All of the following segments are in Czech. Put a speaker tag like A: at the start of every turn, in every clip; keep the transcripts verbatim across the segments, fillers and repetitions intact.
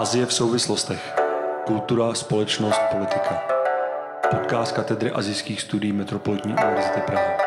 A: Asie v souvislostech. Kultura, společnost, politika. Podcast Katedry asijských studií Metropolitní univerzity Praha.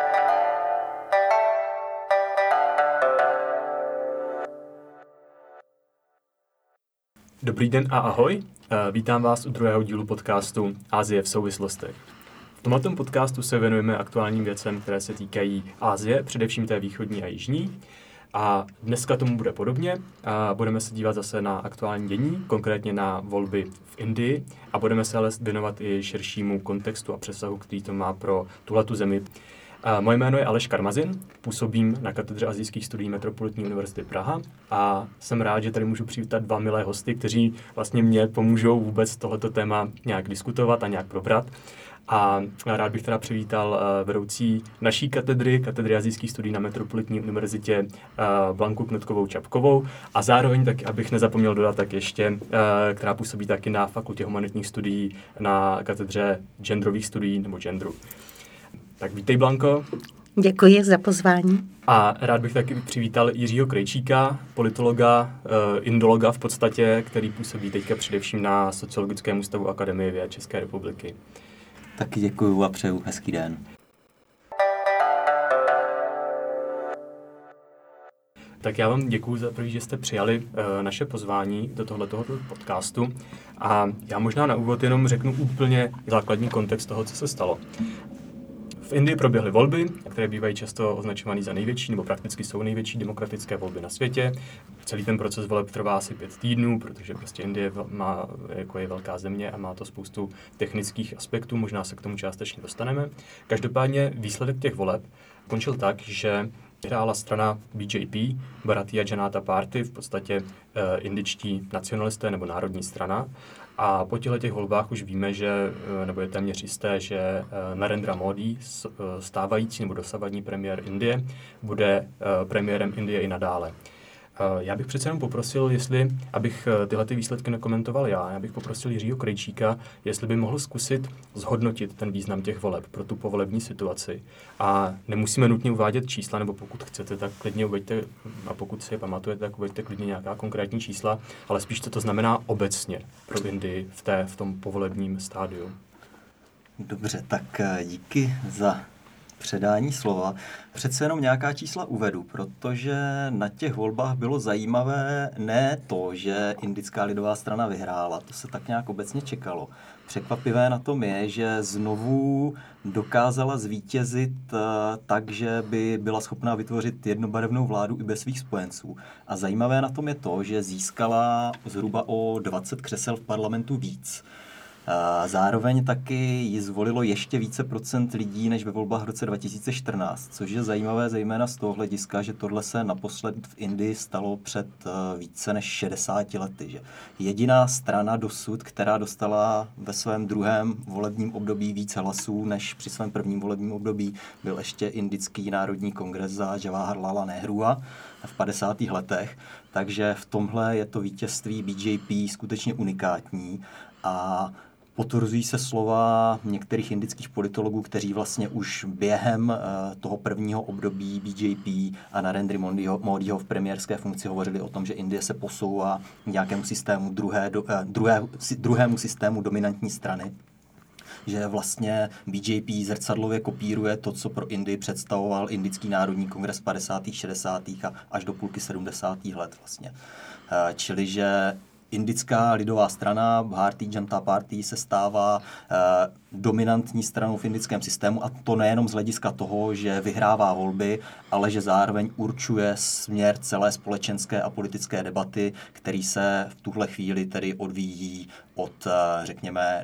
B: Dobrý den a ahoj. Vítám vás u druhého dílu podcastu Asie v souvislostech. V tomto podcastu se věnujeme aktuálním věcem, které se týkají Asie, především té východní a jižní. A dneska tomu bude podobně. A budeme se dívat zase na aktuální dění, konkrétně na volby v Indii, a budeme se ale věnovat i širšímu kontextu a přesahu, který to má pro tuhletu zemi. A moje jméno je Aleš Karmazin, působím na Katedře asijských studií Metropolitní univerzity Praha a jsem rád, že tady můžu přivítat dva milé hosty, kteří vlastně mě pomůžou vůbec tohleto téma nějak diskutovat a nějak probrat. A rád bych teda přivítal vedoucí naší katedry, Katedry asijských studií na Metropolitní univerzitě Blanku Knutkovou Čapkovou, a zároveň taky, abych nezapomněl dodat, tak ještě, která působí taky na Fakultě humanitních studií na Katedře genderových studií nebo genderu. Tak vítej, Blanko.
C: Děkuji za pozvání.
B: A rád bych taky přivítal Jiřího Krejčíka, politologa, indologa v podstatě, který působí teďka především na Sociologickém ústavu Akademie věd České republiky.
D: Taky děkuju a přeju hezký den.
B: Tak já vám děkuju za první, že jste přijali uh, naše pozvání do tohoto podcastu. A já možná na úvod jenom řeknu úplně základní kontext toho, co se stalo. V Indii proběhly volby, které bývají často označovány za největší, nebo prakticky jsou největší demokratické volby na světě. Celý ten proces voleb trvá asi pět týdnů, protože prostě Indie má, jako je velká země a má to spoustu technických aspektů, možná se k tomu částečně dostaneme. Každopádně výsledek těch voleb končil tak, že vyhrála strana B J P, Bharatiya Janata Party, v podstatě eh, indičtí nacionalisté nebo národní strana. A po těchto těch volbách už víme, že, nebo je téměř jisté, že Narendra Modi, stávající nebo dosavadní premiér Indie, bude premiérem Indie i nadále. Já bych přece jenom poprosil, jestli, abych tyhle ty výsledky nekomentoval já, já bych poprosil Jiřího Krejčíka, jestli by mohl zkusit zhodnotit ten význam těch voleb pro tu povolební situaci. A nemusíme nutně uvádět čísla, nebo pokud chcete, tak klidně uveďte, a pokud si je pamatujete, tak uveďte klidně nějaká konkrétní čísla, ale spíš co to znamená obecně pro Indii v, té, v tom povolebním stádiu.
D: Dobře, tak díky za předání slova. Přece jenom nějaká čísla uvedu, protože na těch volbách bylo zajímavé ne to, že Indická lidová strana vyhrála, to se tak nějak obecně čekalo. Překvapivé na tom je, že znovu dokázala zvítězit tak, že by byla schopná vytvořit jednobarevnou vládu i bez svých spojenců. A zajímavé na tom je to, že získala zhruba o dvacet křesel v parlamentu víc. Zároveň taky ji zvolilo ještě více procent lidí než ve volbách v roce dva tisíce čtrnáct, což je zajímavé zejména z toho hlediska, že tohle se naposled v Indii stalo před více než šedesáti lety. Že jediná strana dosud, která dostala ve svém druhém volebním období více hlasů než při svém prvním volebním období, byl ještě Indický národní kongres za Jawaharlala Nehrua v padesátých letech. Takže v tomhle je to vítězství B J P skutečně unikátní a potvrzují se slova některých indických politologů, kteří vlastně už během toho prvního období B J P a Narendry Modiho v premiérské funkci hovořili o tom, že Indie se posouvá k nějakému systému druhé, druhé, druhému systému dominantní strany. Že vlastně B J P zrcadlově kopíruje to, co pro Indii představoval Indický národní kongres v padesátých, šedesátých a až do půlky sedmdesátých let vlastně. Čili, že Indická lidová strana, Bharatiya Janata Party, se stává eh, dominantní stranou v indickém systému, a to nejenom z hlediska toho, že vyhrává volby, ale že zároveň určuje směr celé společenské a politické debaty, který se v tuhle chvíli tedy odvíjí od, eh, řekněme,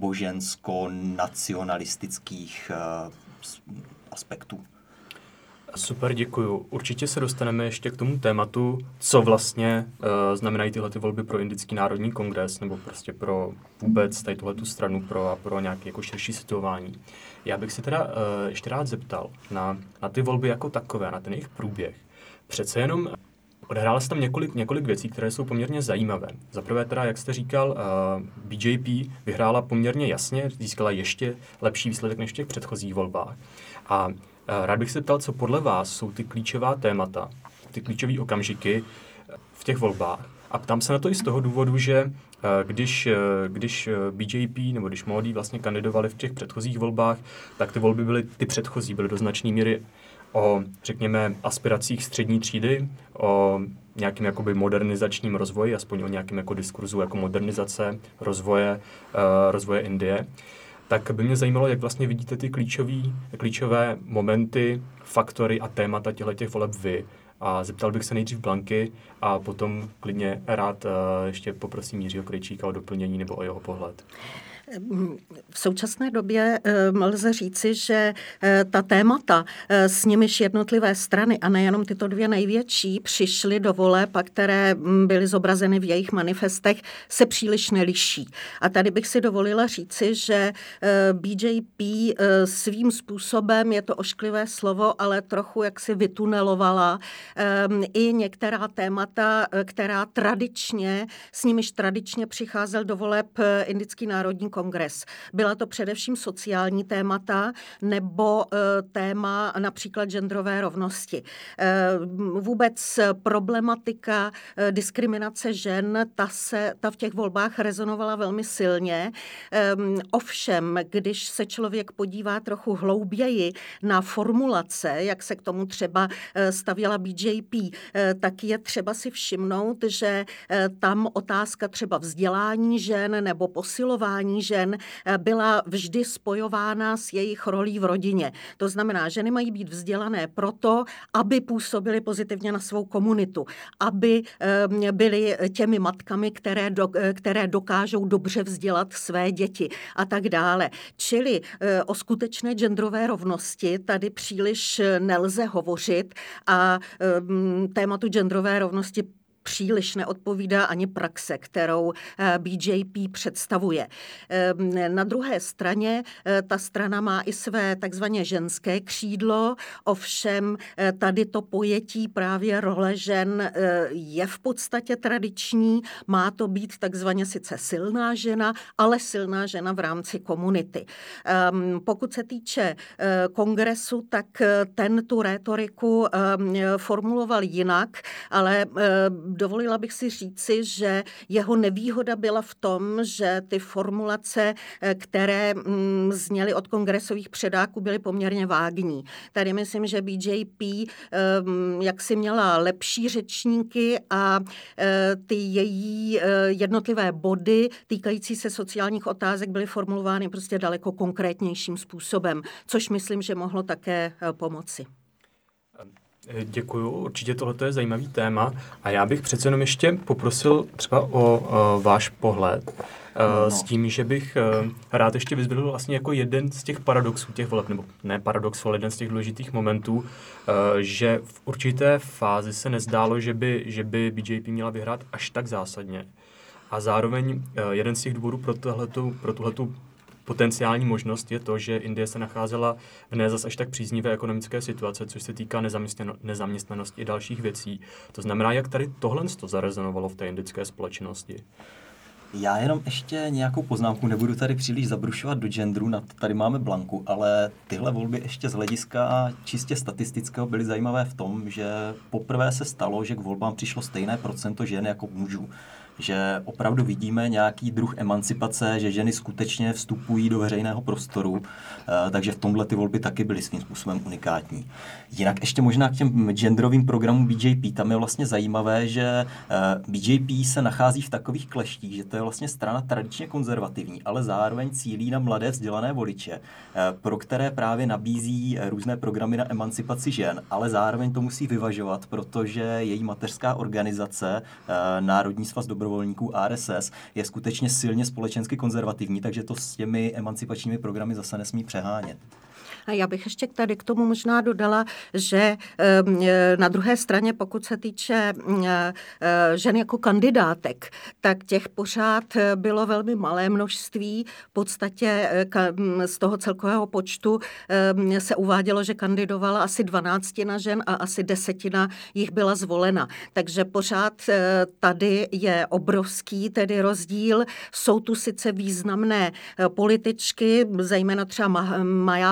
D: nábožensko-nacionalistických eh, aspektů.
B: Super, děkuju. Určitě se dostaneme ještě k tomu tématu, co vlastně uh, znamenají tyhle ty volby pro Indický národní kongres, nebo prostě pro vůbec tady tuhletu stranu, pro, a pro nějaké jako širší situování. Já bych se teda uh, ještě rád zeptal na, na ty volby jako takové, na ten jejich průběh. Přece jenom odehrálo se tam několik, několik věcí, které jsou poměrně zajímavé. Za prvé teda, jak jste říkal, uh, B J P vyhrála poměrně jasně, získala ještě lepší výsledek než v těch předchozích volbách. A rád bych se ptal, co podle vás jsou ty klíčová témata, ty klíčové okamžiky v těch volbách, A ptám se na to i z toho důvodu, že když, když B J P nebo když Módí vlastně kandidovali v těch předchozích volbách, tak ty volby byly, ty předchozí byly do značné míry o, řekněme, aspiracích střední třídy, o nějakým jakoby modernizačním rozvoji, aspoň o nějakém jako diskurzu jako modernizace, rozvoje, uh, rozvoje Indie. Tak by mě zajímalo, jak vlastně vidíte ty klíčový, klíčové momenty, faktory a témata těchto voleb vy. A zeptal bych se nejdřív Blanky a potom klidně rád uh, ještě poprosím Jiřího Krejčíka o doplnění nebo o jeho pohled.
C: V současné době lze říci, že ta témata, s nimiž jednotlivé strany, a nejenom tyto dvě největší, přišly do voleb a které byly zobrazeny v jejich manifestech, se příliš neliší. A tady bych si dovolila říci, že B J P svým způsobem, je to ošklivé slovo, ale trochu jaksi vytunelovala i některá témata, která tradičně, s nimiž tradičně přicházel do voleb Indický národní kongres. Byla to především sociální témata nebo e, téma například genderové rovnosti. E, vůbec problematika e, diskriminace žen, ta, se, ta v těch volbách rezonovala velmi silně. E, ovšem, když se člověk podívá trochu hlouběji na formulace, jak se k tomu třeba stavěla B J P, e, tak je třeba si všimnout, že e, tam otázka třeba vzdělání žen nebo posilování žen byla vždy spojována s jejich rolí v rodině. To znamená, ženy mají být vzdělané proto, aby působily pozitivně na svou komunitu, aby byly těmi matkami, které, do, které dokážou dobře vzdělat své děti a tak dále. Čili o skutečné genderové rovnosti tady příliš nelze hovořit a tématu genderové rovnosti příliš neodpovídá ani praxe, kterou B J P představuje. Na druhé straně ta strana má i své takzvané ženské křídlo, ovšem tady to pojetí právě role žen je v podstatě tradiční, má to být takzvaně sice silná žena, ale silná žena v rámci komunity. Pokud se týče kongresu, tak ten tu rétoriku formuloval jinak, ale dovolila bych si říci, že jeho nevýhoda byla v tom, že ty formulace, které zněly od kongresových předáků, byly poměrně vágní. Tady myslím, že B J P jak si měla lepší řečníky a ty její jednotlivé body týkající se sociálních otázek byly formulovány prostě daleko konkrétnějším způsobem, což myslím, že mohlo také pomoci.
B: Děkuju, určitě tohle je zajímavý téma a já bych přece jenom ještě poprosil třeba o, o váš pohled uh, no. s tím, že bych uh, rád ještě vyzvedl vlastně jako jeden z těch paradoxů těch voleb, nebo ne paradoxů, ale jeden z těch důležitých momentů, uh, že v určité fázi se nezdálo, že by, že by B J P měla vyhrát až tak zásadně. A zároveň uh, jeden z těch důvodů pro tuhletu, pro tuhletu potenciální možnost je to, že Indie se nacházela v ne zas až tak příznivé ekonomické situace, což se týká nezaměstnanosti i dalších věcí. To znamená, jak tady tohle to zarezonovalo v té indické společnosti?
D: Já jenom ještě nějakou poznámku, nebudu tady příliš zabrušovat do genderu, na to tady máme Blanku, ale tyhle volby ještě z hlediska čistě statistického byly zajímavé v tom, že poprvé se stalo, že k volbám přišlo stejné procento žen jako mužů. Že opravdu vidíme nějaký druh emancipace, že ženy skutečně vstupují do veřejného prostoru, takže v tomhle ty volby taky byly svým způsobem unikátní. Jinak ještě možná k těm genderovým programům B J P, tam je vlastně zajímavé, že B J P se nachází v takových kleštích, že to je vlastně strana tradičně konzervativní, ale zároveň cílí na mladé vzdělané voliče, pro které právě nabízí různé programy na emancipaci žen, ale zároveň to musí vyvažovat, protože její mateřská organizace Národní svaz dobrovolníků R S S je skutečně silně společensky konzervativní, takže to s těmi emancipačními programy zase nesmí přehánět.
C: A já bych ještě tady k tomu možná dodala, že na druhé straně, pokud se týče žen jako kandidátek, tak těch pořád bylo velmi malé množství. V podstatě z toho celkového počtu se uvádělo, že kandidovala asi dvanáctina žen a asi desetina jich byla zvolena. Takže pořád tady je obrovský tedy rozdíl. Jsou tu sice významné političky, zejména třeba Majávatý,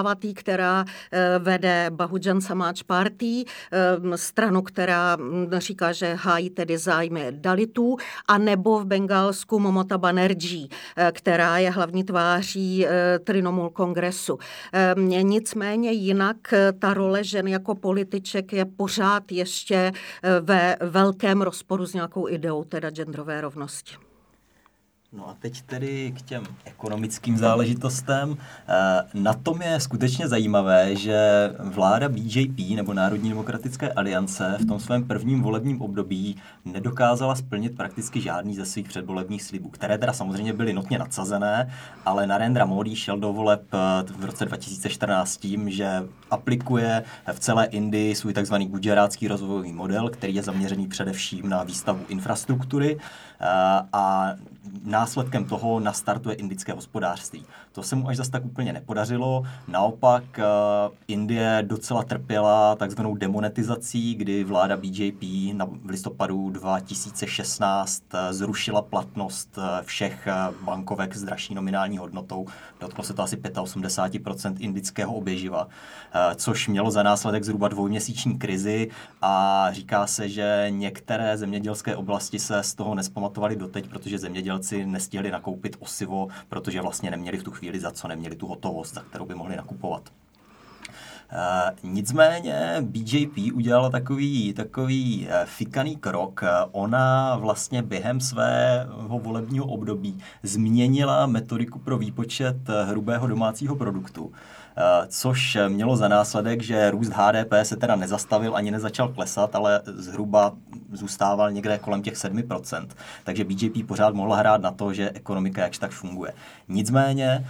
C: která vede Bahujan Samaj Party, stranu, která říká, že hájí tedy zájmy Dalitů, a nebo v Bengálsku Mamata Banerjee, která je hlavní tváří Trinamool kongresu. Nicméně jinak ta role žen jako političek je pořád ještě ve velkém rozporu s nějakou ideou teda genderové rovnosti.
D: No a teď tedy k těm ekonomickým záležitostem. Na tom je skutečně zajímavé, že vláda B J P nebo Národní demokratické aliance v tom svém prvním volebním období nedokázala splnit prakticky žádný ze svých předvolebních slibů, které teda samozřejmě byly notně nadsazené, ale Narendra Modi šel do voleb v roce dva tisíce čtrnáct tím, že aplikuje v celé Indii svůj takzvaný gujarátský rozvojový model, který je zaměřený především na výstavbu infrastruktury a následkem toho nastartuje indické hospodářství. To se mu až zas tak úplně nepodařilo. Naopak Indie docela trpěla takzvanou demonetizací, kdy vláda B J P v listopadu dva tisíce šestnáct zrušila platnost všech bankovek s dražší nominální hodnotou. Dotklo se to asi osmdesát pět procent indického oběživa, což mělo za následek zhruba dvouměsíční krizi a říká se, že některé zemědělské oblasti se z toho nespamatovaly doteď, protože zemědělci nestihli nakoupit osivo, protože vlastně neměli v tu chvíli za co, neměli tu hotovost, za kterou by mohli nakupovat. E, nicméně B J P udělala takový, takový e, fikaný krok. Ona vlastně během svého volebního období změnila metodiku pro výpočet hrubého domácího produktu, e, což mělo za následek, že růst H D P se teda nezastavil ani nezačal klesat, ale zhruba zůstával někde kolem těch sedm procent. Takže B J P pořád mohla hrát na to, že ekonomika jakž tak funguje. Nicméně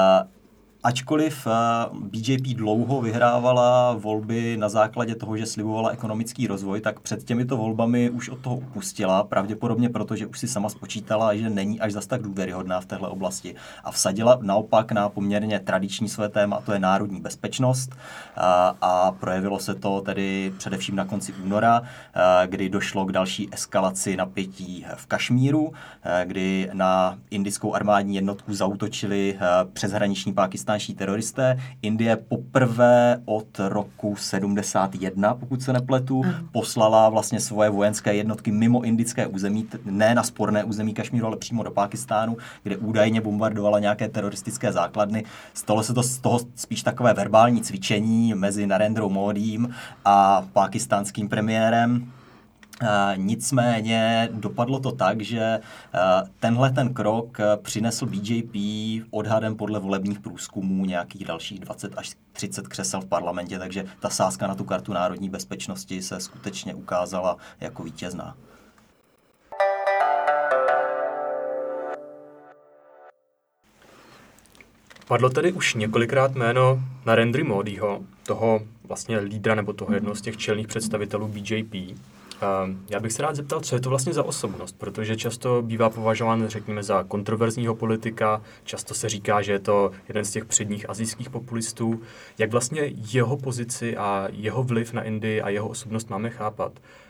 D: ačkoliv B J P dlouho vyhrávala volby na základě toho, že slibovala ekonomický rozvoj, tak před těmito volbami už od toho upustila, pravděpodobně proto, že už si sama spočítala, že není až zas tak důvěryhodná v téhle oblasti a vsadila naopak na poměrně tradiční své téma, a to je národní bezpečnost, a, a projevilo se to tedy především na konci února, kdy došlo k další eskalaci napětí v Kašmíru, kdy na indickou armádní jednotku zaútočili přeshraniční pákistánští teroristé. Indie poprvé od roku sedmdesát jedna, pokud se nepletu, poslala vlastně svoje vojenské jednotky mimo indické území, ne na sporné území Kašmíru, ale přímo do Pákistánu, kde údajně bombardovala nějaké teroristické základny. Stalo se to z toho spíš takové verbální cvičení mezi Narendrou Modím a pákistánským premiérem. Uh, nicméně dopadlo to tak, že uh, tenhle ten krok přinesl B J P odhadem podle volebních průzkumů nějakých dalších dvacet až třicet křesel v parlamentě, takže ta sázka na tu kartu národní bezpečnosti se skutečně ukázala jako vítězná.
B: Padlo tedy už několikrát jméno Narendry Modiho, toho vlastně lídra nebo toho jednoho z těch čelných představitelů B J P. Já bych se rád zeptal, co je to vlastně za osobnost, protože často bývá považován, řekněme, za kontroverzního politika, často se říká, že je to jeden z těch předních asijských populistů. Jak vlastně jeho pozici a jeho vliv na Indii a jeho osobnost máme chápat?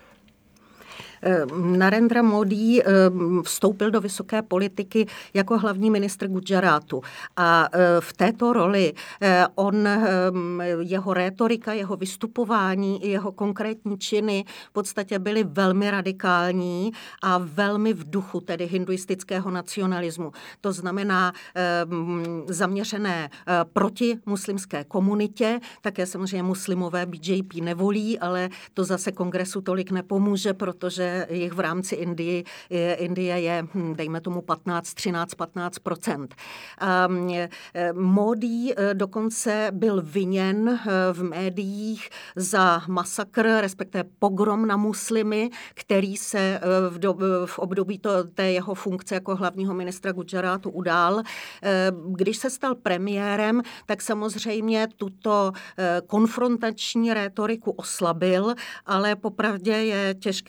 C: Narendra Modi vstoupil do vysoké politiky jako hlavní ministr Gujarátu a v této roli on, jeho rétorika, jeho vystupování i jeho konkrétní činy v podstatě byly velmi radikální a velmi v duchu tedy hinduistického nacionalismu. To znamená zaměřené proti muslimské komunitě, také samozřejmě muslimové B J P nevolí, ale to zase kongresu tolik nepomůže, protože jich v rámci Indie, Indie je, dejme tomu, patnáct, třináct, patnáct procent. Modi dokonce byl viněn v médiích za masakr, respektive pogrom na muslimy, který se v, do, v období to, té jeho funkce jako hlavního ministra Gujarátu udál. Když se stal premiérem, tak samozřejmě tuto konfrontační rétoriku oslabil, ale popravdě je těžké se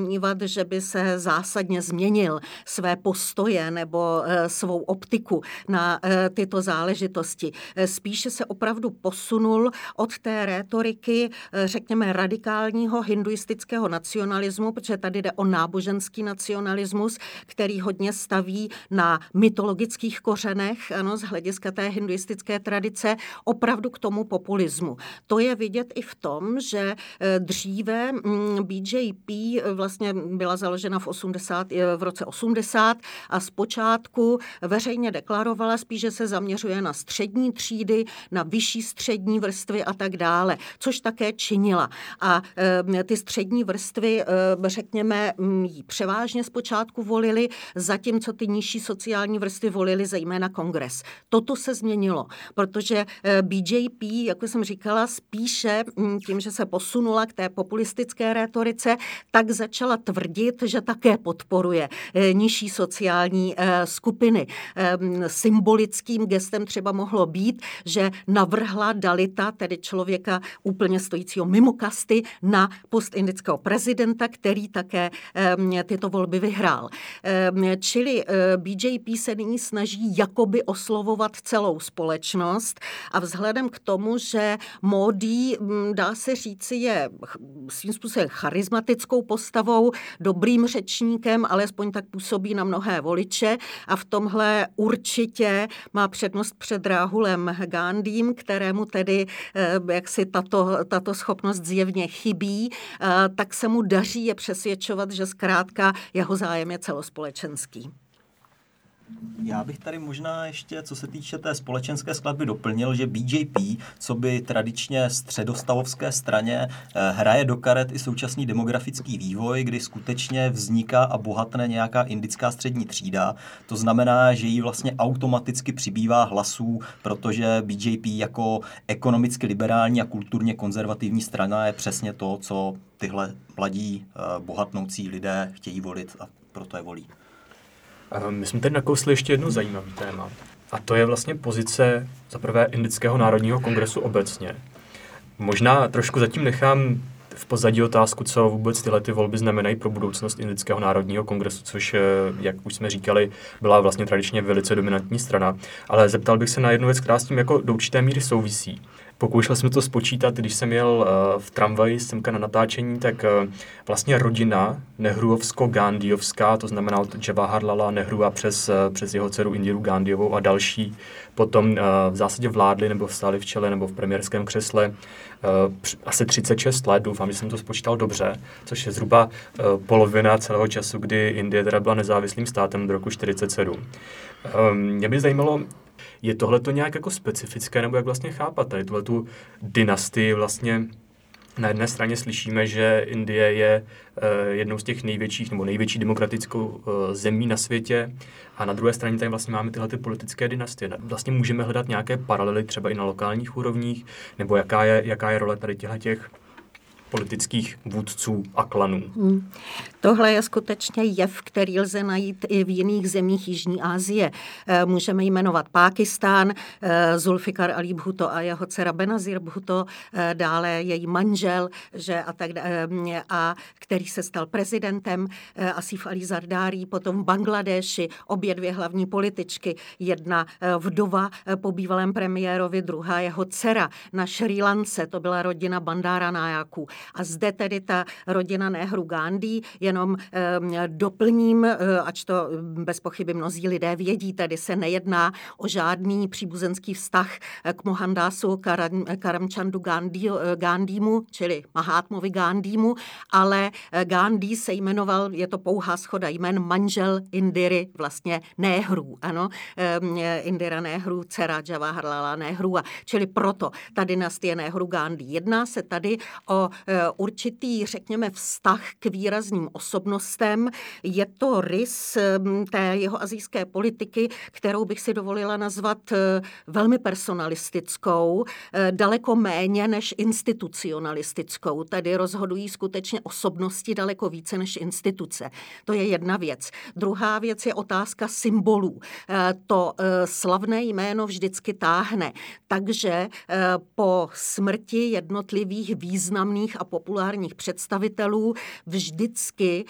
C: domnívat, že by se zásadně změnil své postoje nebo svou optiku na tyto záležitosti. Spíše se opravdu posunul od té rétoriky, řekněme, radikálního hinduistického nacionalismu, protože tady jde o náboženský nacionalismus, který hodně staví na mytologických kořenech, ano, z hlediska té hinduistické tradice, opravdu k tomu populismu. To je vidět i v tom, že dříve B J P vlastně byla založena v, osmdesát, v roce osmdesát a zpočátku veřejně deklarovala spíš, že se zaměřuje na střední třídy, na vyšší střední vrstvy a tak dále, což také činila. A e, ty střední vrstvy, e, řekněme, jí převážně zpočátku volili, zatímco ty nižší sociální vrstvy volili zejména Kongres. Toto se změnilo, protože B J P, jako jsem říkala, spíše tím, že se posunula k té populistické rétorice, tak začala tvrdit, že také podporuje nižší sociální skupiny. Symbolickým gestem třeba mohlo být, že navrhla Dalita, tedy člověka úplně stojícího mimo kasty, na post indického prezidenta, který také tyto volby vyhrál. Čili B J P se nyní snaží jakoby oslovovat celou společnost a vzhledem k tomu, že Módí, dá se říci, je svým způsobem charismatickou postavou, dobrým řečníkem, alespoň tak působí na mnohé voliče a v tomhle určitě má přednost před Ráhulem Gándhím, kterému tedy jaksi tato, tato schopnost zjevně chybí, tak se mu daří je přesvědčovat, že zkrátka jeho zájem je celospolečenský.
D: Já bych tady možná ještě, co se týče té společenské skladby, doplnil, že B J P, co by tradičně středostavovské straně, hraje do karet i současný demografický vývoj, kdy skutečně vzniká a bohatne nějaká indická střední třída. To znamená, že jí vlastně automaticky přibývá hlasů, protože B J P jako ekonomicky liberální a kulturně konzervativní strana je přesně to, co tyhle mladí bohatnoucí lidé chtějí volit a proto je volí.
B: My jsme tady nakousli ještě jedno zajímavé téma. A to je vlastně pozice za prvé Indického národního kongresu obecně. Možná trošku zatím nechám v pozadí otázku, co vůbec tyhle ty volby znamenají pro budoucnost Indického národního kongresu, což, jak už jsme říkali, byla vlastně tradičně velice dominantní strana. Ale zeptal bych se na jednu věc, která s tím jako do určité míry souvisí. Pokoušel jsem to spočítat, když jsem jel v tramvaji semka na natáčení, tak vlastně rodina Nehruovsko-Gandhiovská, to znamená od Jawaharlala Nehrua přes, přes jeho dceru Indiru Gandhiovou a další, potom v zásadě vládli nebo stáli v čele nebo v premiérském křesle asi třicet šest let, doufám, že jsem to spočítal dobře, což je zhruba polovina celého času, kdy Indie teda byla nezávislým státem do roku čtyřicet sedm. Mě by zajímalo, je tohleto nějak jako specifické, nebo jak vlastně chápat tady tuhletu dynastii vlastně? Na jedné straně slyšíme, že Indie je uh, jednou z těch největších nebo největší demokratickou uh, zemí na světě a na druhé straně tady vlastně máme tyhle ty politické dynastie. Vlastně můžeme hledat nějaké paralely třeba i na lokálních úrovních, nebo jaká je, jaká je role tady těch politických vůdců a klanů. Hmm.
C: Tohle je skutečně jev, který lze najít i v jiných zemích Jižní Asie. Můžeme jmenovat Pákistán, Zulfikar Ali Bhutto a jeho dcera Benazir Bhutto, dále její manžel, že a tak a který se stal prezidentem, Asif Ali Zardari, potom v Bangladeši obě dvě hlavní političky, jedna vdova po bývalém premiérovi, druhá jeho dcera. Na Šrí Lance to byla rodina Bandara Nájaků. A zde tedy ta rodina Nehru Gandhi, jenom eh, doplním, eh, ač to bez pochyby mnozí lidé vědí, tedy se nejedná o žádný příbuzenský vztah k Mohandasu Karam, Karamchandu Gandhi, eh, Gandhimu, čili Mahátmovi Gandhimu, ale eh, Gandhi se jmenoval, je to pouhá shoda jmen, manžel Indiry, vlastně Nehru, ano, eh, Indira Nehru, dcera Jawaharlala Nehrua, čili proto ta dynastie Nehru Gandhi. Jedná se tady o určitý, řekněme, vztah k výrazným osobnostem. Je to rys té jeho asijské politiky, kterou bych si dovolila nazvat velmi personalistickou, daleko méně než institucionalistickou. Tady rozhodují skutečně osobnosti daleko více než instituce. To je jedna věc. Druhá věc je otázka symbolů. To slavné jméno vždycky táhne. Takže po smrti jednotlivých významných významných a populárních představitelů vždycky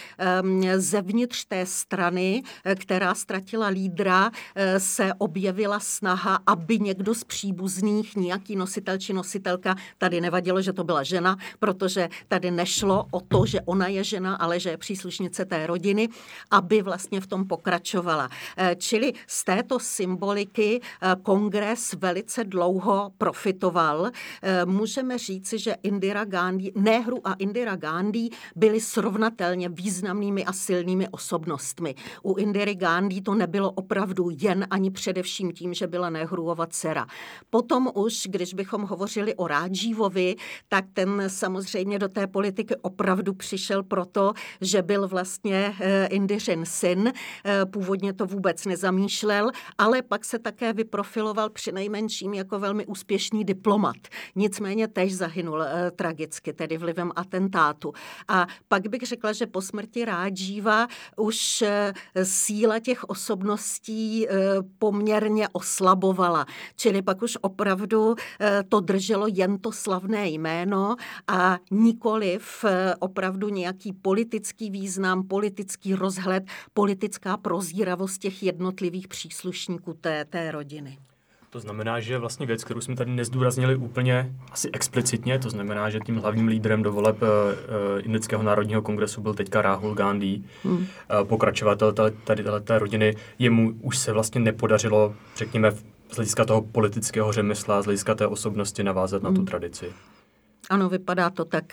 C: zevnitř té strany, která ztratila lídra, se objevila snaha, aby někdo z příbuzných, nějaký nositel či nositelka, tady nevadilo, že to byla žena, protože tady nešlo o to, že ona je žena, ale že je příslušnice té rodiny, aby vlastně v tom pokračovala. Čili z této symboliky kongres velice dlouho profitoval. Můžeme říci, že Indira Gandhi, Nehru a Indira Gandhi byli srovnatelně významnými a silnými osobnostmi. U Indiry Gandhi to nebylo opravdu jen ani především tím, že byla Nehruova dcera. Potom už, když bychom hovořili o Rádžívovi, tak ten samozřejmě do té politiky opravdu přišel proto, že byl vlastně Indiřin syn. Původně to vůbec nezamýšlel, ale pak se také vyprofiloval přinejmenším jako velmi úspěšný diplomat. Nicméně též zahynul eh, tragicky, tedy vlivem atentátu. A pak bych řekla, že po smrti Rádžíva už eh, síla těch osobností eh, poměrně oslabovala. Čili pak už opravdu eh, to drželo jen to slavné jméno a nikoliv eh, opravdu nějaký politický význam, politický rozhled, politická prozíravost těch jednotlivých příslušníků té, té rodiny.
B: To znamená, že vlastně věc, kterou jsme tady nezdůraznili úplně asi explicitně, to znamená, že tím hlavním lídrem do voleb uh, Indického národního kongresu byl teďka Rahul Gandhi, hmm. uh, pokračovatel tady té rodiny. Jemu už se vlastně nepodařilo, řekněme, z hlediska toho politického řemesla, z hlediska té osobnosti navázat hmm. na tu tradici.
C: Ano, vypadá to tak.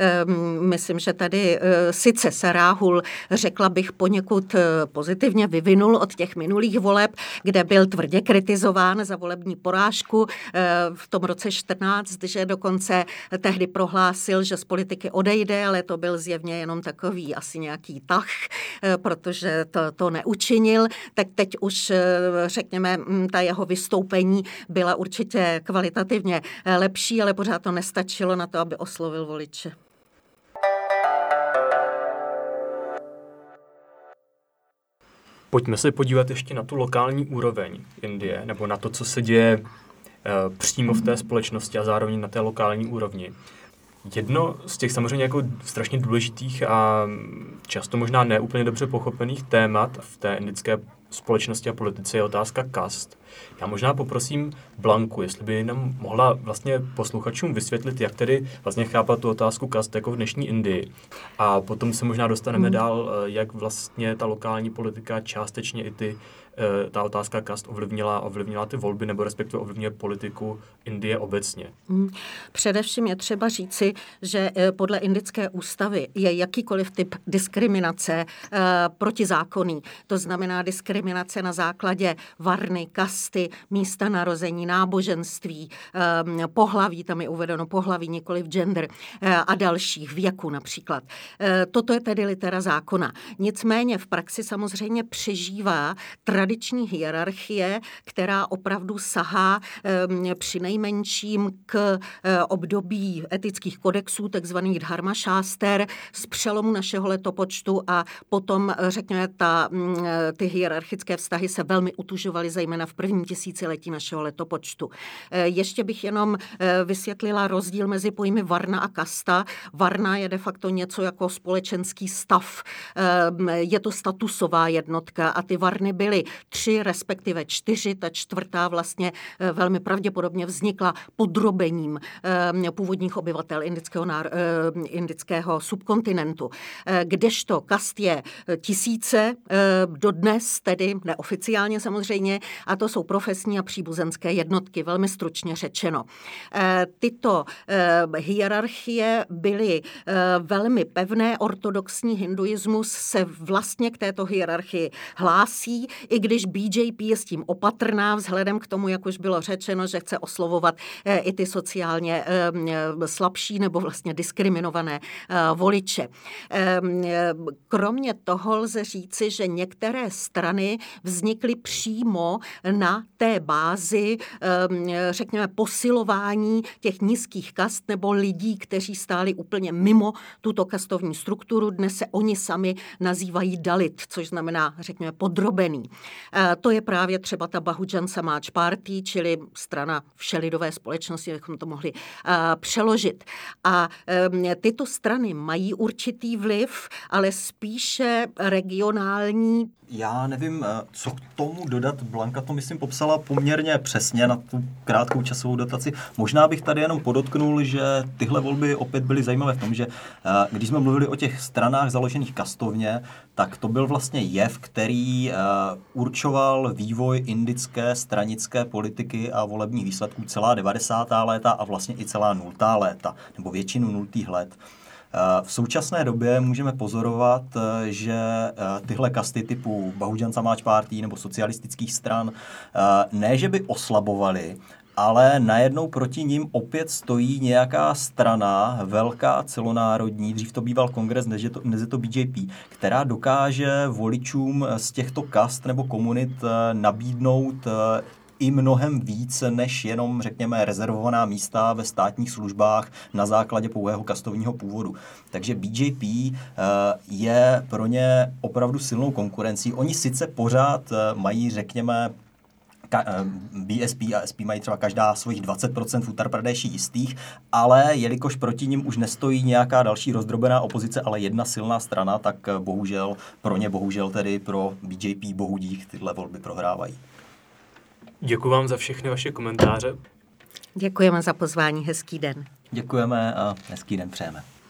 C: Myslím, že tady sice se Ráhul, řekla bych, poněkud pozitivně vyvinul od těch minulých voleb, kde byl tvrdě kritizován za volební porážku v tom roce čtrnáct, že dokonce tehdy prohlásil, že z politiky odejde, ale to byl zjevně jenom takový asi nějaký tah, protože to, to neučinil. Tak teď už, řekněme, ta jeho vystoupení byla určitě kvalitativně lepší, ale pořád to nestačilo na to, aby oslovil voliče.
B: Pojďme se podívat ještě na tu lokální úroveň Indie, nebo na to, co se děje e, přímo v té společnosti a zároveň na té lokální úrovni. Jedno z těch samozřejmě jako strašně důležitých a často možná neúplně dobře pochopených témat v té indické společnosti a politice je otázka kast. Já možná poprosím Blanku, jestli by nám mohla vlastně posluchačům vysvětlit, jak tedy vlastně chápat tu otázku kast jako v dnešní Indii. A potom se možná dostaneme hmm. dál, jak vlastně ta lokální politika částečně i ty, ta otázka kast ovlivnila, ovlivnila ty volby, nebo respektive ovlivňuje politiku Indie obecně. Hmm.
C: Především je třeba říci, že podle indické ústavy je jakýkoliv typ diskriminace uh, protizákonný. To znamená diskriminace na základě varny, kasty, místa narození, náboženství, um, pohlaví, tam je uvedeno pohlaví, nikoliv gender uh, a dalších, věku například. Uh, toto je tedy litera zákona. Nicméně v praxi samozřejmě přežívá tradiční hierarchie, která opravdu sahá um, přinejmenším k uh, období etických kodexů, takzvaných dharma šáster, z přelomu našeho letopočtu a potom, řekněme, ta, ty hierarchické vztahy se velmi utužovaly, zejména v prvním tisíciletí našeho letopočtu. Ještě bych jenom vysvětlila rozdíl mezi pojmy varna a kasta. Varna je de facto něco jako společenský stav. Je to statusová jednotka a ty varny byly tři, respektive čtyři. Ta čtvrtá vlastně velmi pravděpodobně vznikla podrobením původních obyvatel indického, indického subkontinentu. Kdežto kast je tisíce, dodnes tedy neoficiálně samozřejmě, a to jsou profesní a příbuzenské jednotky, velmi stručně řečeno. Tyto hierarchie byly velmi pevné, ortodoxní hinduismus se vlastně k této hierarchii hlásí, i když B J P je s tím opatrná vzhledem k tomu, jak už bylo řečeno, že chce oslovovat i ty sociálně slabší nebo vlastně diskriminované voliče. Kromě toho lze říci, že některé strany strany vznikly přímo na té bázi, řekněme, posilování těch nízkých kast nebo lidí, kteří stáli úplně mimo tuto kastovní strukturu. Dnes se oni sami nazývají Dalit, což znamená, řekněme, podrobený. To je právě třeba ta Bahujan Samaj Party, čili strana všelidové společnosti, bychom to mohli přeložit. A tyto strany mají určitý vliv, ale spíše regionální.
D: Já nevím, co k tomu dodat. Blanka to, myslím, popsala poměrně přesně na tu krátkou časovou dotaci. Možná bych tady jenom podotknul, že tyhle volby opět byly zajímavé v tom, že když jsme mluvili o těch stranách založených kastovně, tak to byl vlastně jev, který určoval vývoj indické stranické politiky a volebních výsledků celá devadesátá léta a vlastně i celá nultá léta, nebo většinu nultých let. V současné době můžeme pozorovat, že tyhle kasty typu Bahujan Samaj Party nebo socialistických stran ne, že by oslabovaly, ale najednou proti nim opět stojí nějaká strana, velká, celonárodní, dřív to býval kongres, dnes je to, dnes je to B J P, která dokáže voličům z těchto kast nebo komunit nabídnout i mnohem víc než jenom, řekněme, rezervovaná místa ve státních službách na základě pouhého kastovního původu. Takže B J P je pro ně opravdu silnou konkurencí. Oni sice pořád mají, řekněme, B S P a S P mají třeba každá svých dvacet procent v Uttar Pradeši jistých, ale jelikož proti nim už nestojí nějaká další rozdrobená opozice, ale jedna silná strana, tak bohužel, pro ně bohužel tedy pro B J P bohudík tyhle volby prohrávají.
B: Děkuji vám za všechny vaše komentáře.
C: Děkujeme za pozvání, hezký den.
D: Děkujeme a hezký den přejeme.